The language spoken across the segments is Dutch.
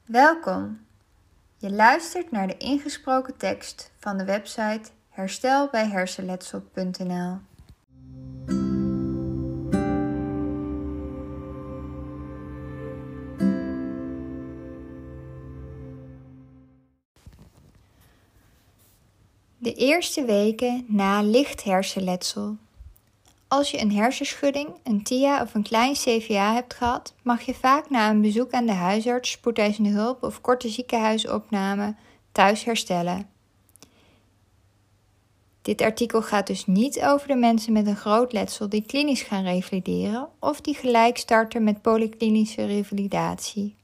Welkom! Je luistert naar de ingesproken tekst van de website herstelbijhersenletsel.nl. De eerste weken na licht hersenletsel. Als je een hersenschudding, een TIA of een klein CVA hebt gehad, mag je vaak na een bezoek aan de huisarts, spoedeisende hulp of korte ziekenhuisopname thuis herstellen. Dit artikel gaat dus niet over de mensen met een groot letsel die klinisch gaan revalideren of die gelijk starten met polyklinische revalidatie.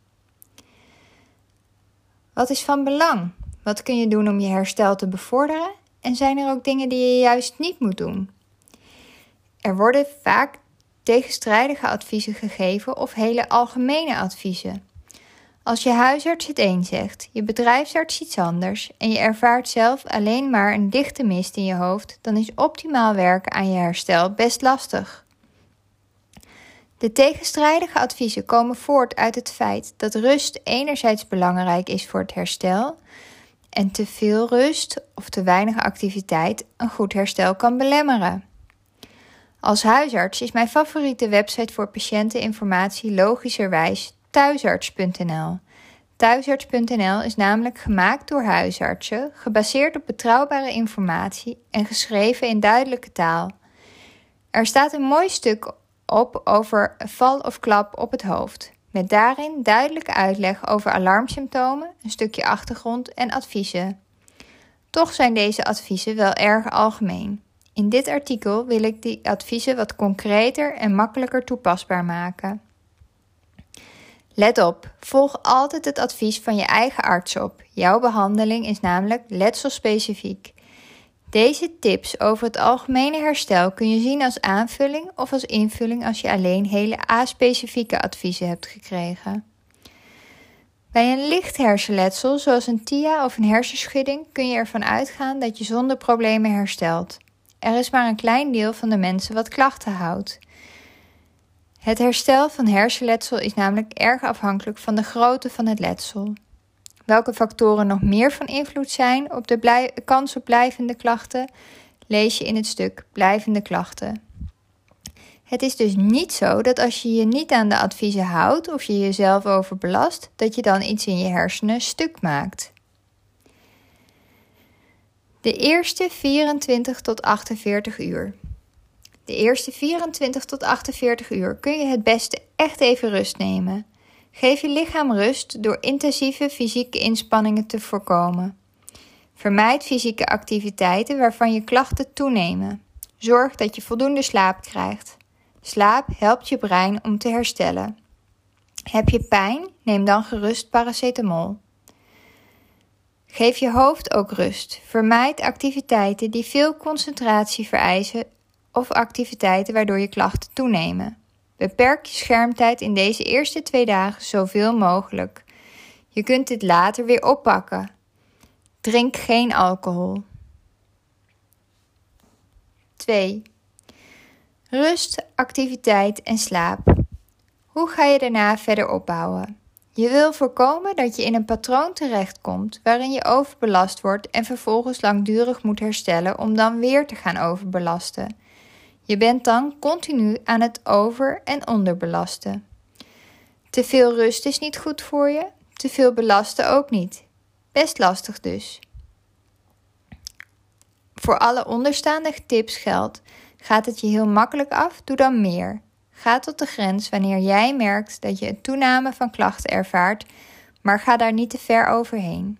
Wat is van belang? Wat kun je doen om je herstel te bevorderen? En zijn er ook dingen die je juist niet moet doen? Er worden vaak tegenstrijdige adviezen gegeven of hele algemene adviezen. Als je huisarts het een zegt, je bedrijfsarts iets anders en je ervaart zelf alleen maar een dichte mist in je hoofd, dan is optimaal werken aan je herstel best lastig. De tegenstrijdige adviezen komen voort uit het feit dat rust enerzijds belangrijk is voor het herstel en te veel rust of te weinig activiteit een goed herstel kan belemmeren. Als huisarts is mijn favoriete website voor patiënteninformatie logischerwijs thuisarts.nl. Thuisarts.nl is namelijk gemaakt door huisartsen, gebaseerd op betrouwbare informatie en geschreven in duidelijke taal. Er staat een mooi stuk op over val of klap op het hoofd, met daarin duidelijke uitleg over alarmsymptomen, een stukje achtergrond en adviezen. Toch zijn deze adviezen wel erg algemeen. In dit artikel wil ik die adviezen wat concreter en makkelijker toepasbaar maken. Let op, volg altijd het advies van je eigen arts op. Jouw behandeling is namelijk letselspecifiek. Deze tips over het algemene herstel kun je zien als aanvulling of als invulling als je alleen hele A-specifieke adviezen hebt gekregen. Bij een licht hersenletsel, zoals een TIA of een hersenschudding, kun je ervan uitgaan dat je zonder problemen herstelt. Er is maar een klein deel van de mensen wat klachten houdt. Het herstel van hersenletsel is namelijk erg afhankelijk van de grootte van het letsel. Welke factoren nog meer van invloed zijn op de kans op blijvende klachten, lees je in het stuk Blijvende klachten. Het is dus niet zo dat als je je niet aan de adviezen houdt of je jezelf overbelast, dat je dan iets in je hersenen stuk maakt. De eerste 24 tot 48 uur. De eerste 24 tot 48 uur kun je het beste echt even rust nemen. Geef je lichaam rust door intensieve fysieke inspanningen te voorkomen. Vermijd fysieke activiteiten waarvan je klachten toenemen. Zorg dat je voldoende slaap krijgt. Slaap helpt je brein om te herstellen. Heb je pijn? Neem dan gerust paracetamol. Geef je hoofd ook rust. Vermijd activiteiten die veel concentratie vereisen of activiteiten waardoor je klachten toenemen. Beperk je schermtijd in deze eerste 2 dagen zoveel mogelijk. Je kunt dit later weer oppakken. Drink geen alcohol. 2. Rust, activiteit en slaap. Hoe ga je daarna verder opbouwen? Je wil voorkomen dat je in een patroon terechtkomt waarin je overbelast wordt en vervolgens langdurig moet herstellen om dan weer te gaan overbelasten. Je bent dan continu aan het over- en onderbelasten. Te veel rust is niet goed voor je, te veel belasten ook niet. Best lastig dus. Voor alle onderstaande tips geldt, gaat het je heel makkelijk af, doe dan meer. Ga tot de grens wanneer jij merkt dat je een toename van klachten ervaart, maar ga daar niet te ver overheen.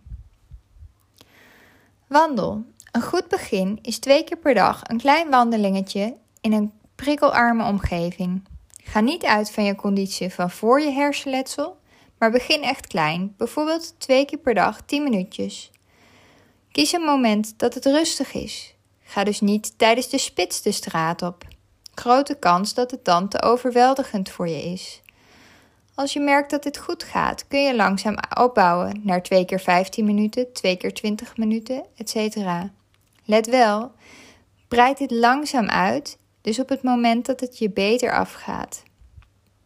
Wandel. Een goed begin is 2 keer per dag een klein wandelingetje in een prikkelarme omgeving. Ga niet uit van je conditie van voor je hersenletsel, maar begin echt klein, bijvoorbeeld 2 keer per dag 10 minuutjes. Kies een moment dat het rustig is. Ga dus niet tijdens de spits de straat op. Grote kans dat het dan te overweldigend voor je is. Als je merkt dat dit goed gaat, kun je langzaam opbouwen naar 2 keer 15 minuten, 2 keer 20 minuten, etc. Let wel, breid dit langzaam uit, dus op het moment dat het je beter afgaat.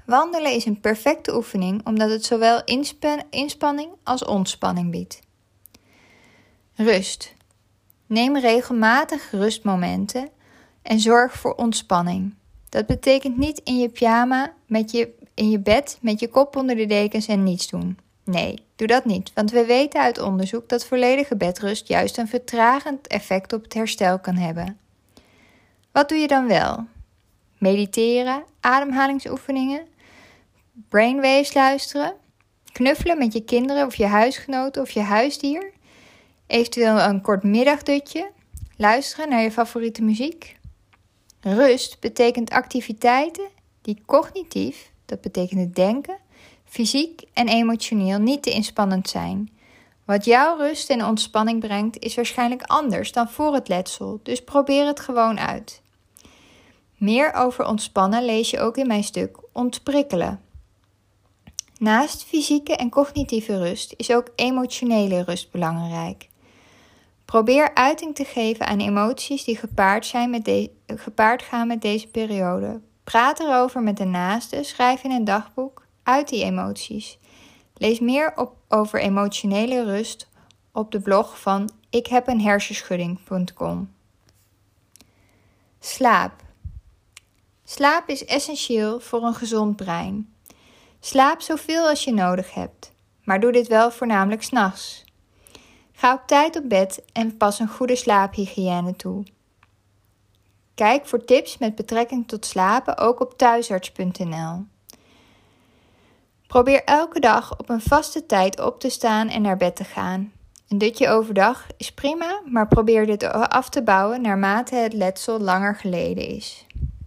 Wandelen is een perfecte oefening omdat het zowel inspanning als ontspanning biedt. Rust. Neem regelmatig rustmomenten en zorg voor ontspanning. Dat betekent niet in je pyjama in je bed met je kop onder de dekens en niets doen. Nee, doe dat niet, want we weten uit onderzoek dat volledige bedrust juist een vertragend effect op het herstel kan hebben. Wat doe je dan wel? Mediteren, ademhalingsoefeningen, brainwaves luisteren, knuffelen met je kinderen of je huisgenoten of je huisdier, eventueel een kort middagdutje, luisteren naar je favoriete muziek. Rust betekent activiteiten die cognitief, dat betekent het denken, fysiek en emotioneel niet te inspannend zijn. Wat jouw rust en ontspanning brengt is waarschijnlijk anders dan voor het letsel, dus probeer het gewoon uit. Meer over ontspannen lees je ook in mijn stuk Ontprikkelen. Naast fysieke en cognitieve rust is ook emotionele rust belangrijk. Probeer uiting te geven aan emoties die gepaard gaan met deze periode. Praat erover met de naaste, schrijf in een dagboek uit die emoties. Lees meer over emotionele rust op de blog van ikhebeenhersenschudding.com. Slaap. Slaap is essentieel voor een gezond brein. Slaap zoveel als je nodig hebt, maar doe dit wel voornamelijk 's nachts. Ga op tijd op bed en pas een goede slaaphygiëne toe. Kijk voor tips met betrekking tot slapen ook op thuisarts.nl. Probeer elke dag op een vaste tijd op te staan en naar bed te gaan. Een dutje overdag is prima, maar probeer dit af te bouwen naarmate het letsel langer geleden is.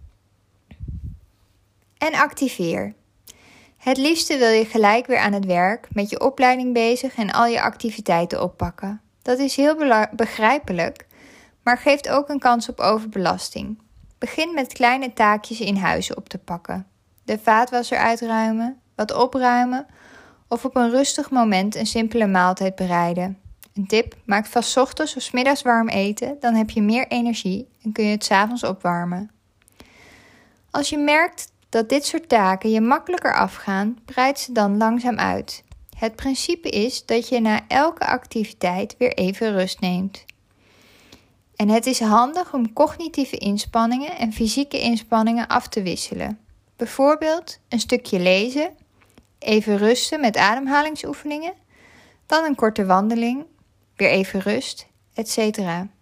En activeer. Het liefste wil je gelijk weer aan het werk, met je opleiding bezig en al je activiteiten oppakken. Dat is heel begrijpelijk, maar geeft ook een kans op overbelasting. Begin met kleine taakjes in huis op te pakken. De vaatwasser uitruimen, wat opruimen of op een rustig moment een simpele maaltijd bereiden. Een tip, maak vast 's ochtends of 's middags warm eten, dan heb je meer energie en kun je het 's avonds opwarmen. Als je merkt dat dit soort taken je makkelijker afgaan, breid ze dan langzaam uit. Het principe is dat je na elke activiteit weer even rust neemt. En het is handig om cognitieve inspanningen en fysieke inspanningen af te wisselen. Bijvoorbeeld een stukje lezen, even rusten met ademhalingsoefeningen, dan een korte wandeling, weer even rust, etc.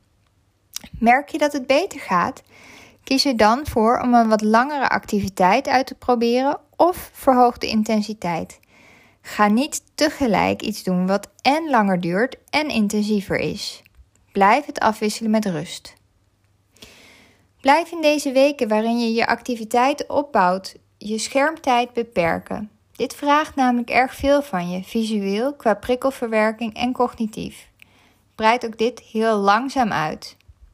Merk je dat het beter gaat? Kies er dan voor om een wat langere activiteit uit te proberen of verhoog de intensiteit. Ga niet tegelijk iets doen wat en langer duurt en intensiever is. Blijf het afwisselen met rust. Blijf in deze weken waarin je je activiteiten opbouwt, je schermtijd beperken. Dit vraagt namelijk erg veel van je, visueel, qua prikkelverwerking en cognitief. Breid ook dit heel langzaam uit.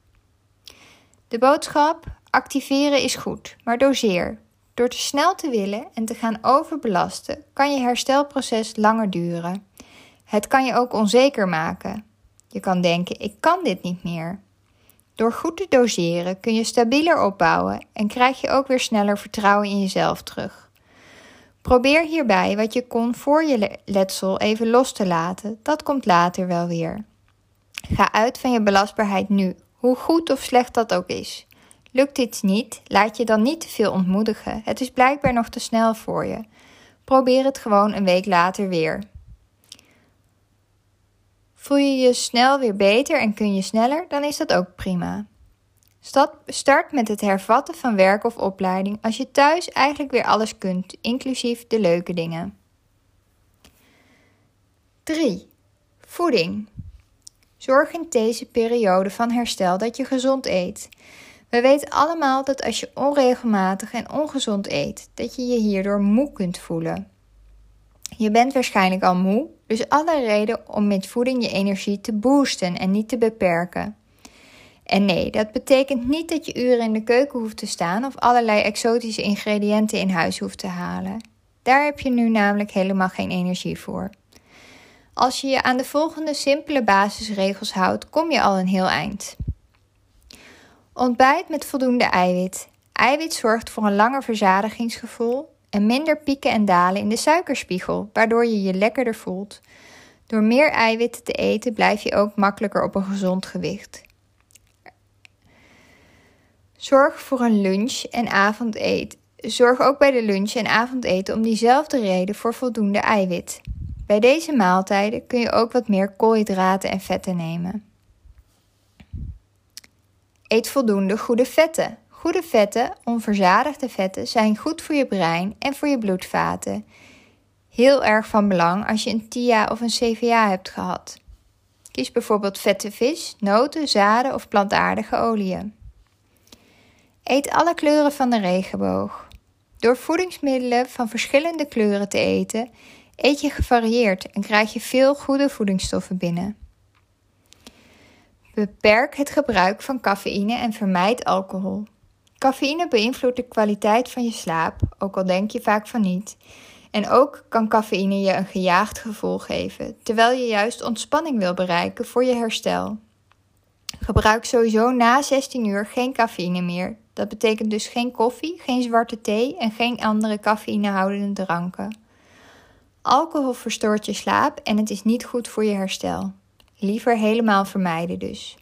De boodschap: activeren is goed, maar doseer. Door te snel te willen en te gaan overbelasten, kan je herstelproces langer duren. Het kan je ook onzeker maken. Je kan denken, ik kan dit niet meer. Door goed te doseren kun je stabieler opbouwen en krijg je ook weer sneller vertrouwen in jezelf terug. Probeer hierbij wat je kon voor je letsel even los te laten, dat komt later wel weer. Ga uit van je belastbaarheid nu, hoe goed of slecht dat ook is. Lukt dit niet, laat je dan niet te veel ontmoedigen. Het is blijkbaar nog te snel voor je. Probeer het gewoon een week later weer. Voel je je snel weer beter en kun je sneller, dan is dat ook prima. Start met het hervatten van werk of opleiding als je thuis eigenlijk weer alles kunt, inclusief de leuke dingen. 3. Voeding. Zorg in deze periode van herstel dat je gezond eet. We weten allemaal dat als je onregelmatig en ongezond eet, dat je je hierdoor moe kunt voelen. Je bent waarschijnlijk al moe, dus alle reden om met voeding je energie te boosten en niet te beperken. En nee, dat betekent niet dat je uren in de keuken hoeft te staan of allerlei exotische ingrediënten in huis hoeft te halen. Daar heb je nu namelijk helemaal geen energie voor. Als je je aan de volgende simpele basisregels houdt, kom je al een heel eind. Ontbijt met voldoende eiwit. Eiwit zorgt voor een langer verzadigingsgevoel en minder pieken en dalen in de suikerspiegel, waardoor je je lekkerder voelt. Door meer eiwitten te eten blijf je ook makkelijker op een gezond gewicht. Zorg ook bij de lunch en avondeten om diezelfde reden voor voldoende eiwit. Bij deze maaltijden kun je ook wat meer koolhydraten en vetten nemen. Eet voldoende goede vetten. Goede vetten, onverzadigde vetten, zijn goed voor je brein en voor je bloedvaten. Heel erg van belang als je een TIA of een CVA hebt gehad. Kies bijvoorbeeld vette vis, noten, zaden of plantaardige oliën. Eet alle kleuren van de regenboog. Door voedingsmiddelen van verschillende kleuren te eten, eet je gevarieerd en krijg je veel goede voedingsstoffen binnen. Beperk het gebruik van cafeïne en vermijd alcohol. Cafeïne beïnvloedt de kwaliteit van je slaap, ook al denk je vaak van niet. En ook kan cafeïne je een gejaagd gevoel geven, terwijl je juist ontspanning wil bereiken voor je herstel. Gebruik sowieso na 16 uur geen cafeïne meer. Dat betekent dus geen koffie, geen zwarte thee en geen andere cafeïnehoudende dranken. Alcohol verstoort je slaap en het is niet goed voor je herstel. Liever helemaal vermijden dus.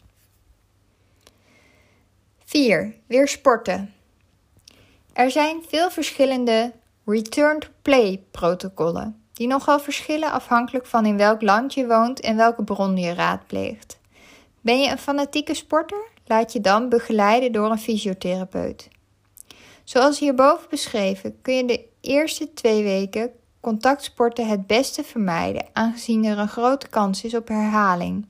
4. Weer sporten. Er zijn veel verschillende return-to-play protocollen, die nogal verschillen afhankelijk van in welk land je woont en welke bron je raadpleegt. Ben je een fanatieke sporter? Laat je dan begeleiden door een fysiotherapeut. Zoals hierboven beschreven kun je de eerste 2 weken contactsporten het beste vermijden, aangezien er een grote kans is op herhaling.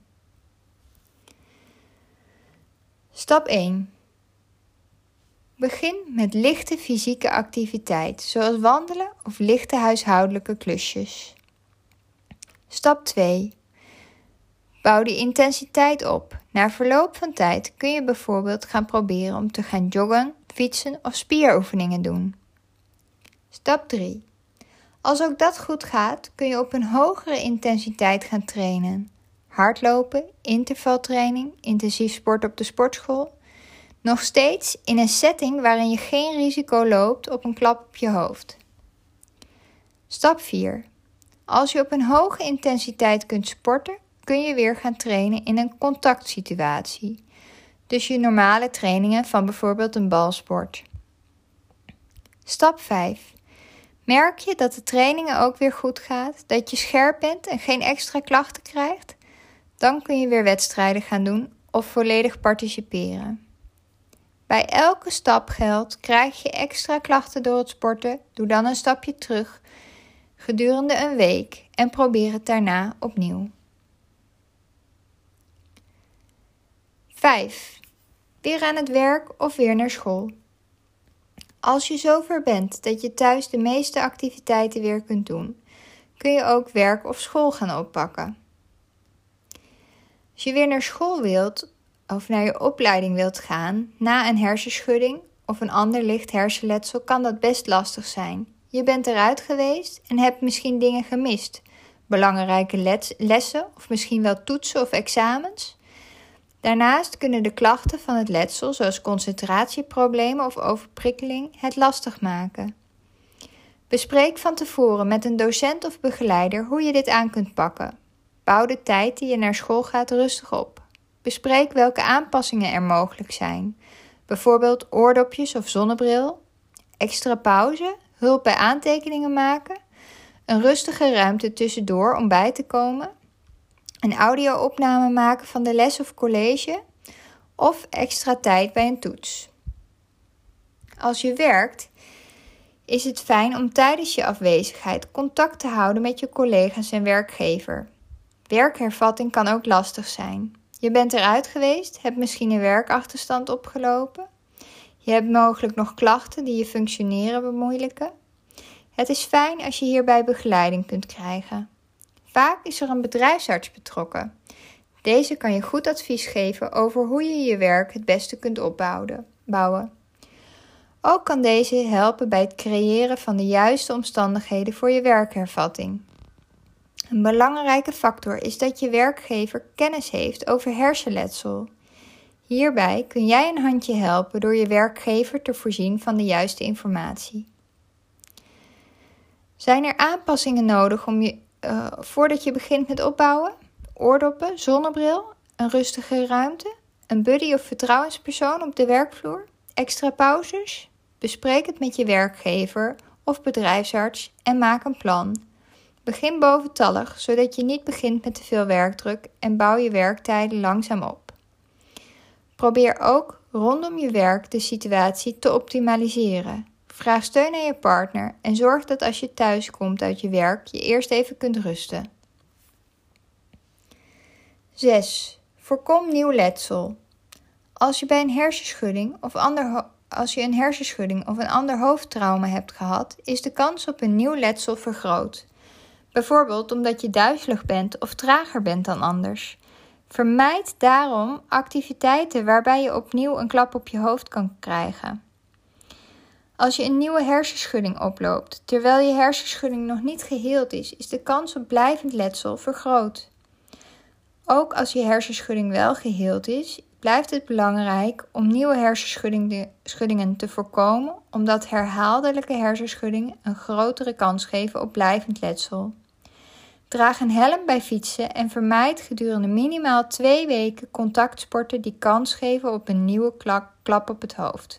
Stap 1. Begin met lichte fysieke activiteit, zoals wandelen of lichte huishoudelijke klusjes. Stap 2. Bouw die intensiteit op. Na verloop van tijd kun je bijvoorbeeld gaan proberen om te gaan joggen, fietsen of spieroefeningen doen. Stap 3. Als ook dat goed gaat, kun je op een hogere intensiteit gaan trainen. Hardlopen, intervaltraining, intensief sport op de sportschool. Nog steeds in een setting waarin je geen risico loopt op een klap op je hoofd. Stap 4. Als je op een hoge intensiteit kunt sporten, kun je weer gaan trainen in een contactsituatie. Dus je normale trainingen van bijvoorbeeld een balsport. Stap 5. Merk je dat de trainingen ook weer goed gaat, dat je scherp bent en geen extra klachten krijgt? Dan kun je weer wedstrijden gaan doen of volledig participeren. Bij elke stap geldt, krijg je extra klachten door het sporten, doe dan een stapje terug gedurende een week en probeer het daarna opnieuw. 5. Weer aan het werk of weer naar school. Als je zover bent dat je thuis de meeste activiteiten weer kunt doen, kun je ook werk of school gaan oppakken. Als je weer naar school wilt of naar je opleiding wilt gaan na een hersenschudding of een ander licht hersenletsel, kan dat best lastig zijn. Je bent eruit geweest en hebt misschien dingen gemist. Belangrijke lessen of misschien wel toetsen of examens. Daarnaast kunnen de klachten van het letsel, zoals concentratieproblemen of overprikkeling, het lastig maken. Bespreek van tevoren met een docent of begeleider hoe je dit aan kunt pakken. Bouw de tijd die je naar school gaat rustig op. Bespreek welke aanpassingen er mogelijk zijn. Bijvoorbeeld oordopjes of zonnebril, extra pauze, hulp bij aantekeningen maken, een rustige ruimte tussendoor om bij te komen, een audio-opname maken van de les of college of extra tijd bij een toets. Als je werkt, is het fijn om tijdens je afwezigheid contact te houden met je collega's en werkgever. Werkhervatting kan ook lastig zijn. Je bent eruit geweest, hebt misschien een werkachterstand opgelopen. Je hebt mogelijk nog klachten die je functioneren bemoeilijken. Het is fijn als je hierbij begeleiding kunt krijgen. Vaak is er een bedrijfsarts betrokken. Deze kan je goed advies geven over hoe je je werk het beste kunt opbouwen. Ook kan deze helpen bij het creëren van de juiste omstandigheden voor je werkhervatting. Een belangrijke factor is dat je werkgever kennis heeft over hersenletsel. Hierbij kun jij een handje helpen door je werkgever te voorzien van de juiste informatie. Zijn er aanpassingen nodig voordat je begint met opbouwen? Oordoppen, zonnebril, een rustige ruimte, een buddy of vertrouwenspersoon op de werkvloer, extra pauzes? Bespreek het met je werkgever of bedrijfsarts en maak een plan. Begin boventallig, zodat je niet begint met te veel werkdruk en bouw je werktijden langzaam op. Probeer ook rondom je werk de situatie te optimaliseren. Vraag steun aan je partner en zorg dat als je thuis komt uit je werk je eerst even kunt rusten. 6. Voorkom nieuw letsel. Als je een hersenschudding of een ander hoofdtrauma hebt gehad, is de kans op een nieuw letsel vergroot. Bijvoorbeeld omdat je duizelig bent of trager bent dan anders. Vermijd daarom activiteiten waarbij je opnieuw een klap op je hoofd kan krijgen. Als je een nieuwe hersenschudding oploopt, terwijl je hersenschudding nog niet geheeld is de kans op blijvend letsel vergroot. Ook als je hersenschudding wel geheeld is, blijft het belangrijk om nieuwe hersenschuddingen te voorkomen, omdat herhaaldelijke hersenschuddingen een grotere kans geven op blijvend letsel. Draag een helm bij fietsen en vermijd gedurende minimaal 2 weken contactsporten die kans geven op een nieuwe klap op het hoofd.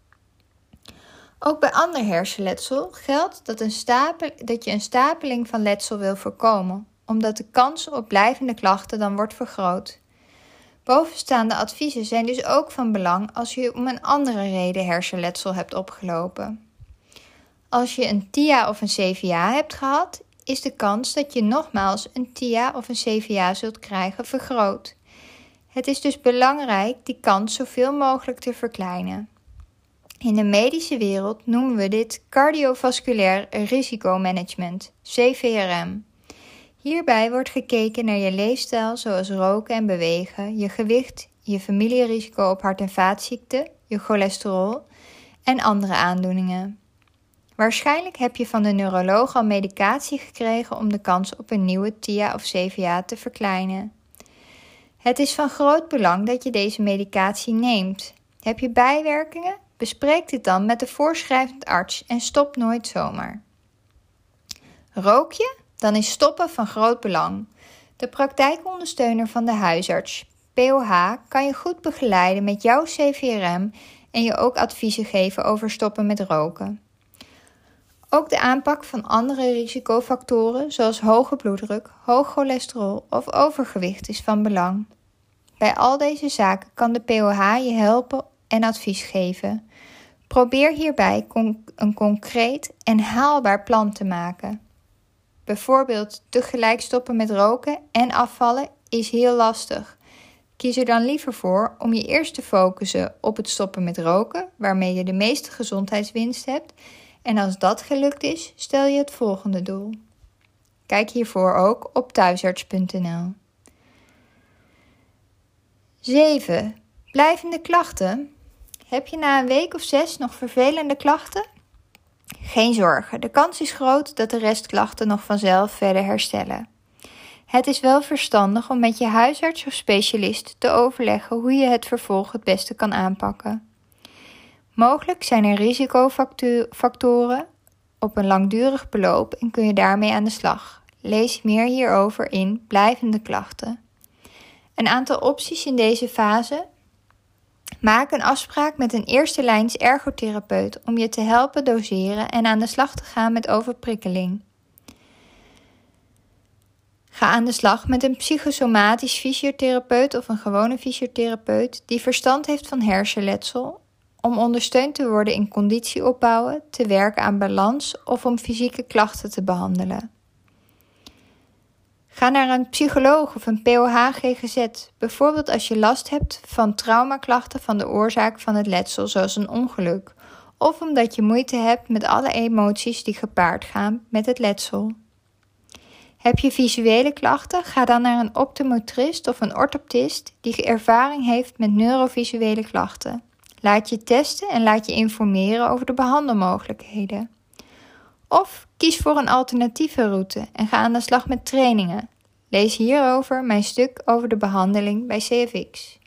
Ook bij ander hersenletsel geldt dat je een stapeling van letsel wil voorkomen, omdat de kans op blijvende klachten dan wordt vergroot. Bovenstaande adviezen zijn dus ook van belang als je om een andere reden hersenletsel hebt opgelopen. Als je een TIA of een CVA hebt gehad, is de kans dat je nogmaals een TIA of een CVA zult krijgen vergroot. Het is dus belangrijk die kans zoveel mogelijk te verkleinen. In de medische wereld noemen we dit cardiovasculair risicomanagement, CVRM. Hierbij wordt gekeken naar je leefstijl zoals roken en bewegen, je gewicht, je familierisico op hart- en vaatziekten, je cholesterol en andere aandoeningen. Waarschijnlijk heb je van de neuroloog al medicatie gekregen om de kans op een nieuwe TIA of CVA te verkleinen. Het is van groot belang dat je deze medicatie neemt. Heb je bijwerkingen? Bespreek dit dan met de voorschrijvend arts en stop nooit zomaar. Rook je? Dan is stoppen van groot belang. De praktijkondersteuner van de huisarts, POH, kan je goed begeleiden met jouw CVRM en je ook adviezen geven over stoppen met roken. Ook de aanpak van andere risicofactoren zoals hoge bloeddruk, hoog cholesterol of overgewicht is van belang. Bij al deze zaken kan de POH je helpen en advies geven. Probeer hierbij een concreet en haalbaar plan te maken. Bijvoorbeeld tegelijk stoppen met roken en afvallen is heel lastig. Kies er dan liever voor om je eerst te focussen op het stoppen met roken, waarmee je de meeste gezondheidswinst hebt. En als dat gelukt is, stel je het volgende doel. Kijk hiervoor ook op thuisarts.nl. 7. Blijvende klachten. Heb je na een week of 6 nog vervelende klachten? Geen zorgen, de kans is groot dat de restklachten nog vanzelf verder herstellen. Het is wel verstandig om met je huisarts of specialist te overleggen hoe je het vervolg het beste kan aanpakken. Mogelijk zijn er risicofactoren op een langdurig beloop en kun je daarmee aan de slag. Lees meer hierover in Blijvende klachten. Een aantal opties in deze fase. Maak een afspraak met een eerste lijns ergotherapeut om je te helpen doseren en aan de slag te gaan met overprikkeling. Ga aan de slag met een psychosomatisch fysiotherapeut of een gewone fysiotherapeut die verstand heeft van hersenletsel, om ondersteund te worden in conditie opbouwen, te werken aan balans of om fysieke klachten te behandelen. Ga naar een psycholoog of een POH-GGZ, bijvoorbeeld als je last hebt van traumaklachten van de oorzaak van het letsel, zoals een ongeluk, of omdat je moeite hebt met alle emoties die gepaard gaan met het letsel. Heb je visuele klachten? Ga dan naar een optometrist of een orthoptist die ervaring heeft met neurovisuele klachten. Laat je testen en laat je informeren over de behandelmogelijkheden. Of kies voor een alternatieve route en ga aan de slag met trainingen. Lees hierover mijn stuk over de behandeling bij CFX.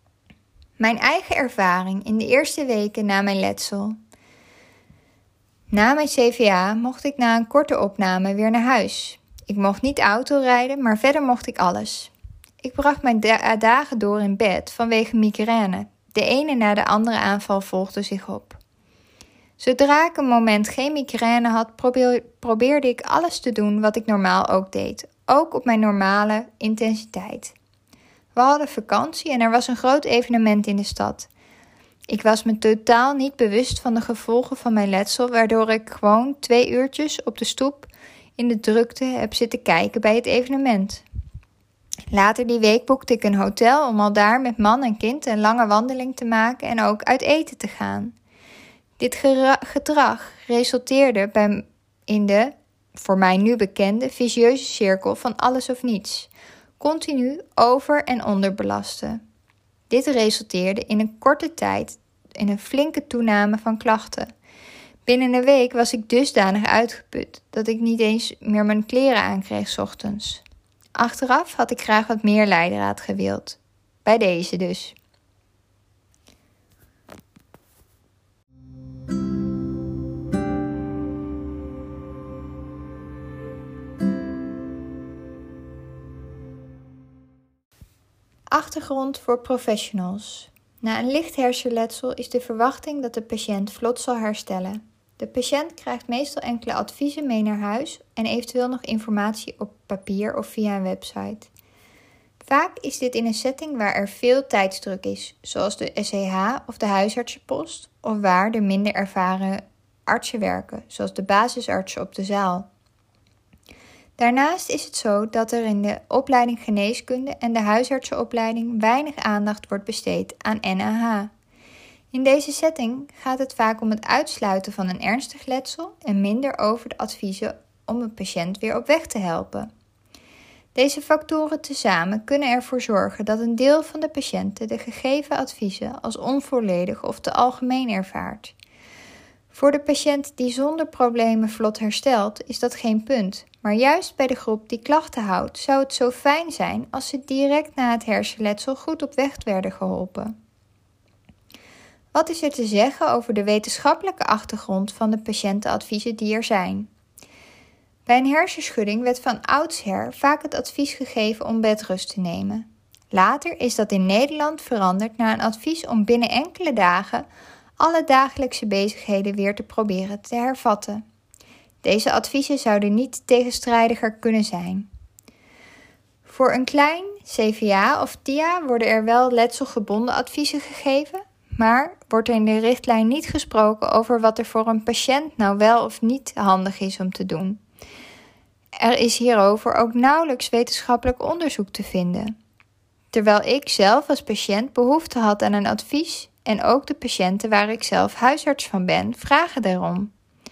Mijn eigen ervaring in de eerste weken na mijn letsel. Na mijn CVA mocht ik na een korte opname weer naar huis. Ik mocht niet autorijden, maar verder mocht ik alles. Ik bracht mijn dagen door in bed vanwege migraine. De ene na de andere aanval volgde zich op. Zodra ik een moment geen migraine had, probeerde ik alles te doen wat ik normaal ook deed. Ook op mijn normale intensiteit. We hadden vakantie en er was een groot evenement in de stad. Ik was me totaal niet bewust van de gevolgen van mijn letsel, waardoor ik gewoon 2 uurtjes op de stoep in de drukte heb zitten kijken bij het evenement. Later die week boekte ik een hotel om al daar met man en kind een lange wandeling te maken en ook uit eten te gaan. Dit gedrag resulteerde in de, voor mij nu bekende, vicieuze cirkel van alles of niets. Continu over- en onderbelasten. Dit resulteerde in een korte tijd in een flinke toename van klachten. Binnen een week was ik dusdanig uitgeput dat ik niet eens meer mijn kleren aankreeg 's ochtends. Achteraf had ik graag wat meer leidraad gewild. Bij deze dus. Achtergrond voor professionals. Na een licht hersenletsel is de verwachting dat de patiënt vlot zal herstellen. De patiënt krijgt meestal enkele adviezen mee naar huis en eventueel nog informatie op papier of via een website. Vaak is dit in een setting waar er veel tijdsdruk is, zoals de SEH of de huisartsenpost, of waar er minder ervaren artsen werken, zoals de basisartsen op de zaal. Daarnaast is het zo dat er in de opleiding geneeskunde en de huisartsenopleiding weinig aandacht wordt besteed aan NAH. In deze setting gaat het vaak om het uitsluiten van een ernstig letsel en minder over de adviezen om een patiënt weer op weg te helpen. Deze factoren tezamen kunnen ervoor zorgen dat een deel van de patiënten de gegeven adviezen als onvolledig of te algemeen ervaart. Voor de patiënt die zonder problemen vlot herstelt, is dat geen punt. Maar juist bij de groep die klachten houdt, zou het zo fijn zijn als ze direct na het hersenletsel goed op weg werden geholpen. Wat is er te zeggen over de wetenschappelijke achtergrond van de patiëntenadviezen die er zijn? Bij een hersenschudding werd van oudsher vaak het advies gegeven om bedrust te nemen. Later is dat in Nederland veranderd naar een advies om binnen enkele dagen alle dagelijkse bezigheden weer te proberen te hervatten. Deze adviezen zouden niet tegenstrijdiger kunnen zijn. Voor een klein CVA of TIA worden er wel letselgebonden adviezen gegeven, maar wordt er in de richtlijn niet gesproken over wat er voor een patiënt nou wel of niet handig is om te doen. Er is hierover ook nauwelijks wetenschappelijk onderzoek te vinden. Terwijl ik zelf als patiënt behoefte had aan een advies en ook de patiënten waar ik zelf huisarts van ben, vragen daarom.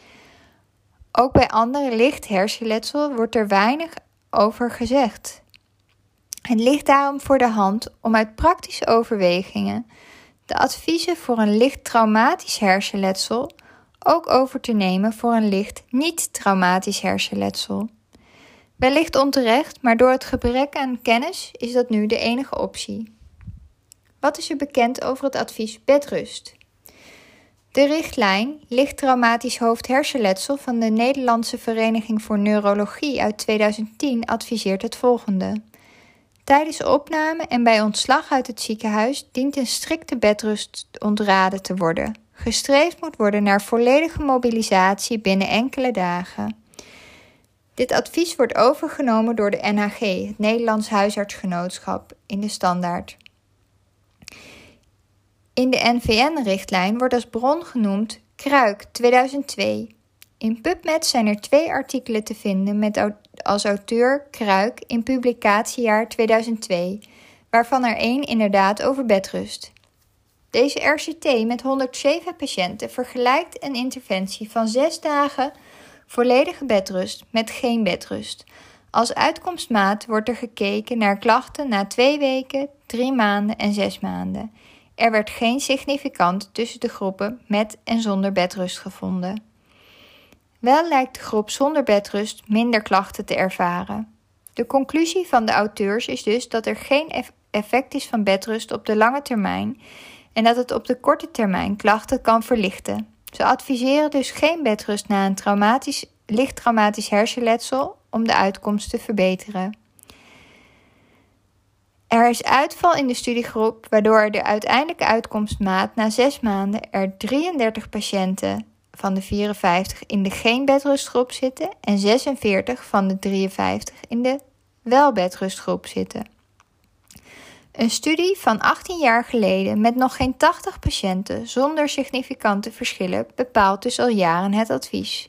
Ook bij andere licht hersenletsel wordt er weinig over gezegd. Het ligt daarom voor de hand om uit praktische overwegingen de adviezen voor een licht traumatisch hersenletsel ook over te nemen voor een licht niet-traumatisch hersenletsel. Wellicht onterecht, maar door het gebrek aan kennis is dat nu de enige optie. Wat is er bekend over het advies bedrust? De richtlijn licht traumatisch hoofd-hersenletsel van de Nederlandse Vereniging voor Neurologie uit 2010 adviseert het volgende. Tijdens opname en bij ontslag uit het ziekenhuis dient een strikte bedrust ontraden te worden. Gestreefd moet worden naar volledige mobilisatie binnen enkele dagen. Dit advies wordt overgenomen door de NHG, het Nederlands Huisartsgenootschap, in de standaard. In de NVN-richtlijn wordt als bron genoemd Kruik 2002. In PubMed zijn er 2 artikelen te vinden met als auteur Kruik in publicatiejaar 2002, waarvan er 1 inderdaad over bedrust. Deze RCT met 107 patiënten vergelijkt een interventie van 6 dagen volledige bedrust met geen bedrust. Als uitkomstmaat wordt er gekeken naar klachten na 2 weken, 3 maanden en 6 maanden. Er werd geen significant tussen de groepen met en zonder bedrust gevonden. Wel lijkt de groep zonder bedrust minder klachten te ervaren. De conclusie van de auteurs is dus dat er geen effect is van bedrust op de lange termijn en dat het op de korte termijn klachten kan verlichten. Ze adviseren dus geen bedrust na een licht traumatisch hersenletsel om de uitkomst te verbeteren. Er is uitval in de studiegroep, waardoor de uiteindelijke uitkomstmaat na 6 maanden er 33 patiënten van de 54 in de geen bedrustgroep zitten en 46 van de 53 in de wel bedrustgroep zitten. Een studie van 18 jaar geleden met nog geen 80 patiënten zonder significante verschillen bepaalt dus al jaren het advies.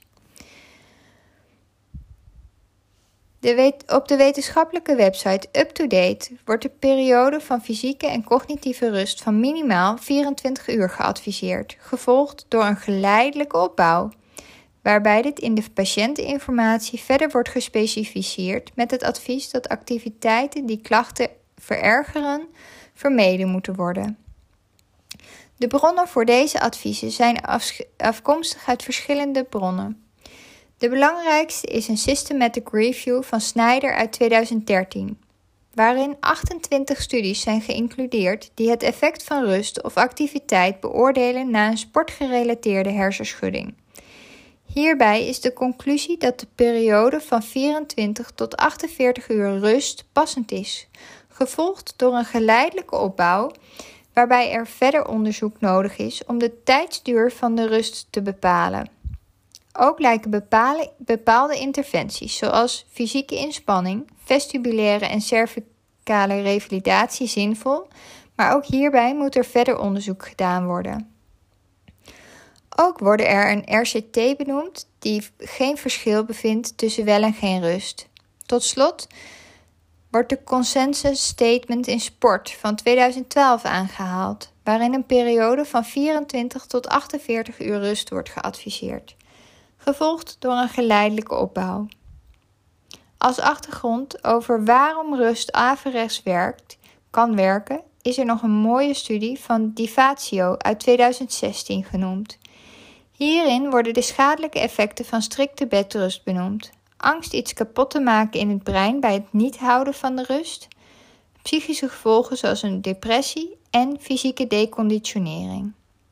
Op de wetenschappelijke website UpToDate wordt de periode van fysieke en cognitieve rust van minimaal 24 uur geadviseerd, gevolgd door een geleidelijke opbouw, waarbij dit in de patiënteninformatie verder wordt gespecificeerd met het advies dat activiteiten die klachten verergeren vermeden moeten worden. De bronnen voor deze adviezen zijn afkomstig uit verschillende bronnen. De belangrijkste is een Systematic Review van Snyder uit 2013, waarin 28 studies zijn geïncludeerd die het effect van rust of activiteit beoordelen na een sportgerelateerde hersenschudding. Hierbij is de conclusie dat de periode van 24 tot 48 uur rust passend is, gevolgd door een geleidelijke opbouw, waarbij er verder onderzoek nodig is om de tijdsduur van de rust te bepalen. Ook lijken bepaalde interventies, zoals fysieke inspanning, vestibulaire en cervicale revalidatie zinvol, maar ook hierbij moet er verder onderzoek gedaan worden. Ook worden er een RCT benoemd die geen verschil bevindt tussen wel en geen rust. Tot slot wordt de Consensus Statement in Sport van 2012 aangehaald, waarin een periode van 24 tot 48 uur rust wordt geadviseerd, gevolgd door een geleidelijke opbouw. Als achtergrond over waarom rust averechts kan werken, is er nog een mooie studie van Divatio uit 2016 genoemd. Hierin worden de schadelijke effecten van strikte bedrust benoemd. Angst iets kapot te maken in het brein bij het niet houden van de rust, psychische gevolgen zoals een depressie en fysieke deconditionering.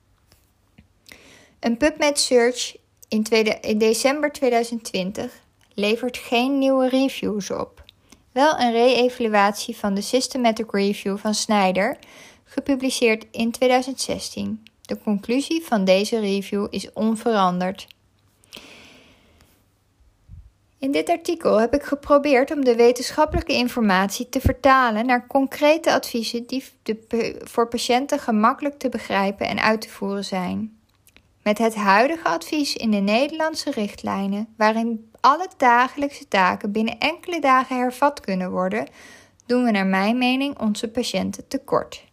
Een PubMed search in december 2020 levert geen nieuwe reviews op. Wel een re-evaluatie van de Systematic Review van Snyder, gepubliceerd in 2016. De conclusie van deze review is onveranderd. In dit artikel heb ik geprobeerd om de wetenschappelijke informatie te vertalen naar concrete adviezen die voor patiënten gemakkelijk te begrijpen en uit te voeren zijn. Met het huidige advies in de Nederlandse richtlijnen, waarin alle dagelijkse taken binnen enkele dagen hervat kunnen worden, doen we naar mijn mening onze patiënten tekort.